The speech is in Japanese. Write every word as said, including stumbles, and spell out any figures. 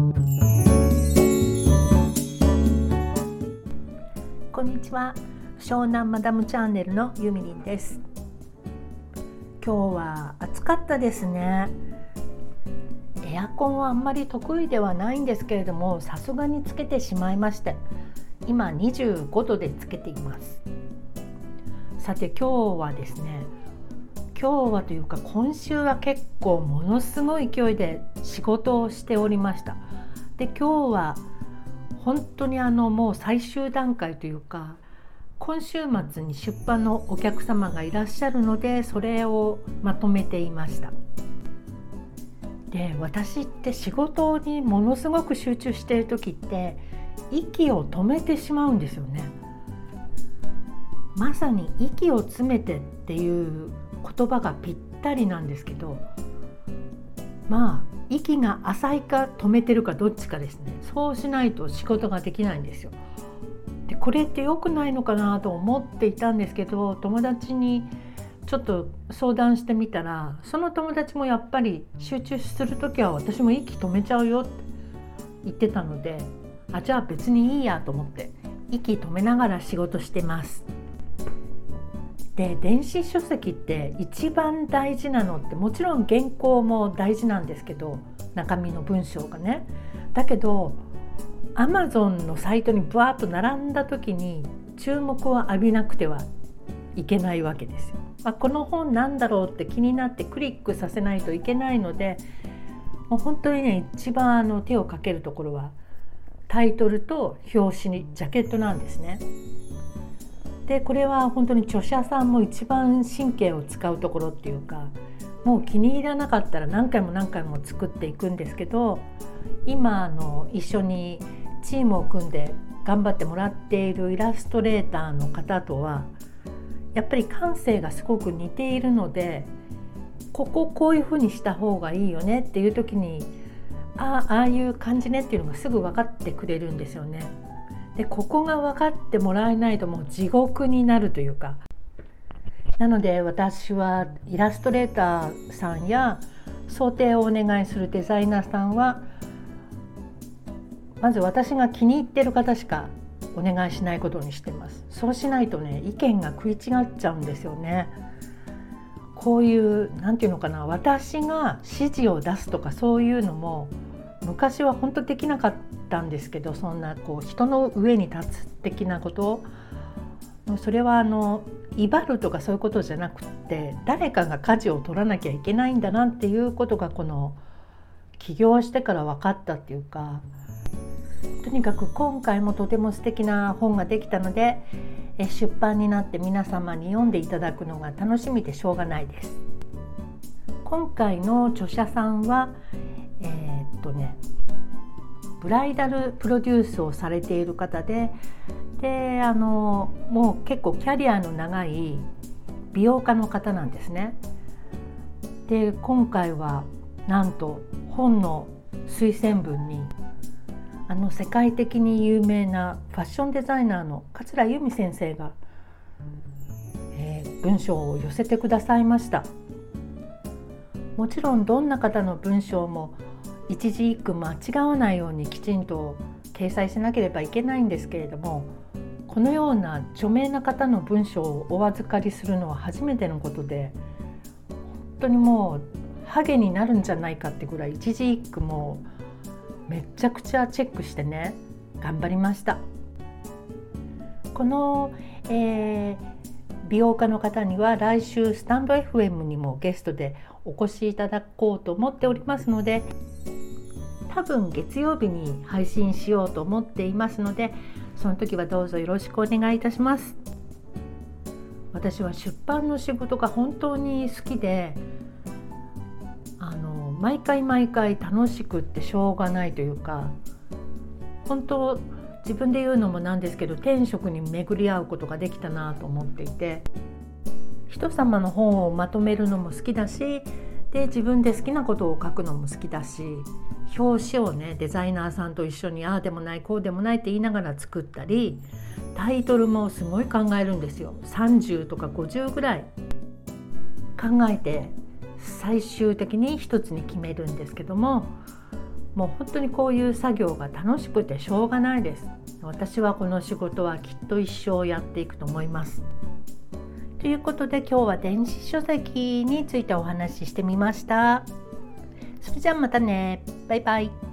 こんにちは。湘南マダムチャンネルのゆみりんです。今日は暑かったですね。エアコンはあんまり得意ではないんですけれども、さすがにつけてしまいまして、今にじゅうごどでつけています。さて今日はですね、今日はというか今週は結構ものすごい勢いで仕事をしておりました。で今日は本当にあのもう最終段階というか、今週末に出版のお客様がいらっしゃるので、それをまとめていました。で私って仕事にものすごく集中している時って息を止めてしまうんですよね。まさに息を詰めてっていう言葉がぴったりなんですけど、まあ息が浅いか止めてるかどっちかですね。そうしないと仕事ができないんですよ。でこれって良くないのかなと思っていたんですけど、友達にちょっと相談してみたら、その友達もやっぱり集中するときは私も息止めちゃうよって言ってたので、あじゃあ別にいいやと思って息止めながら仕事してます。で電子書籍って一番大事なのって、もちろん原稿も大事なんですけど、中身の文章がね、だけど Amazon のサイトにブワーッと並んだ時に注目を浴びなくてはいけないわけですよ。まあ、この本なんだろうって気になってクリックさせないといけないので、もう本当にね一番あの手をかけるところはタイトルと表紙にジャケットなんですね。でこれは本当に著者さんも一番神経を使うところっていうか、もう気に入らなかったら何回も何回も作っていくんですけど、今あの一緒にチームを組んで頑張ってもらっているイラストレーターの方とはやっぱり感性がすごく似ているので、こここういう風にした方がいいよねっていう時に、ああああいう感じねっていうのがすぐ分かってくれるんですよね。でここが分かってもらえないともう地獄になるというか、なので私はイラストレーターさんや想定をお願いするデザイナーさんは、まず私が気に入っている方しかお願いしないことにしてます。そうしないとね意見が食い違っちゃうんですよね。こういうなんていうのかな、私が指示を出すとかそういうのも昔は本当できなかったんですけど、そんなこう人の上に立つ的なことを、それはあの威張るとかそういうことじゃなくって、誰かが舵を取らなきゃいけないんだなっていうことがこの起業してから分かったっていうか、とにかく今回もとても素敵な本ができたので、出版になって皆様に読んでいただくのが楽しみでしょうがないです。今回の著者さんはえー、っとねブライダルプロデュースをされている方で、であのもう結構キャリアの長い美容家の方なんですね。で今回はなんと本の推薦文にあの世界的に有名なファッションデザイナーの桂由美先生が、えー、文章を寄せてくださいました。もちろんどんな方の文章も一字一句間違わないようにきちんと掲載しなければいけないんですけれども、このような著名な方の文章をお預かりするのは初めてのことで、本当にもうハゲになるんじゃないかってぐらい一字一句もめちゃくちゃチェックしてね頑張りました。この、えー、美容家の方には来週スタンド エフエム にもゲストでお越しいただこうと思っておりますので、多分月曜日に配信しようと思っていますので、その時はどうぞよろしくお願いいたします。私は出版の仕事が本当に好きで、あの毎回毎回楽しくってしょうがないというか、本当自分で言うのもなんですけど、天職に巡り合うことができたなと思っていて、人様の本をまとめるのも好きだし、で自分で好きなことを書くのも好きだし、表紙をねデザイナーさんと一緒にああでもないこうでもないって言いながら作ったり、タイトルもすごい考えるんですよ。さんじゅうとかごじゅうぐらい考えて最終的に一つに決めるんですけども、 もう本当にこういう作業が楽しくてしょうがないです。私はこの仕事はきっと一生やっていくと思います。ということで今日は電子書籍についてお話ししてみました。それじゃあまたね。バイバイ。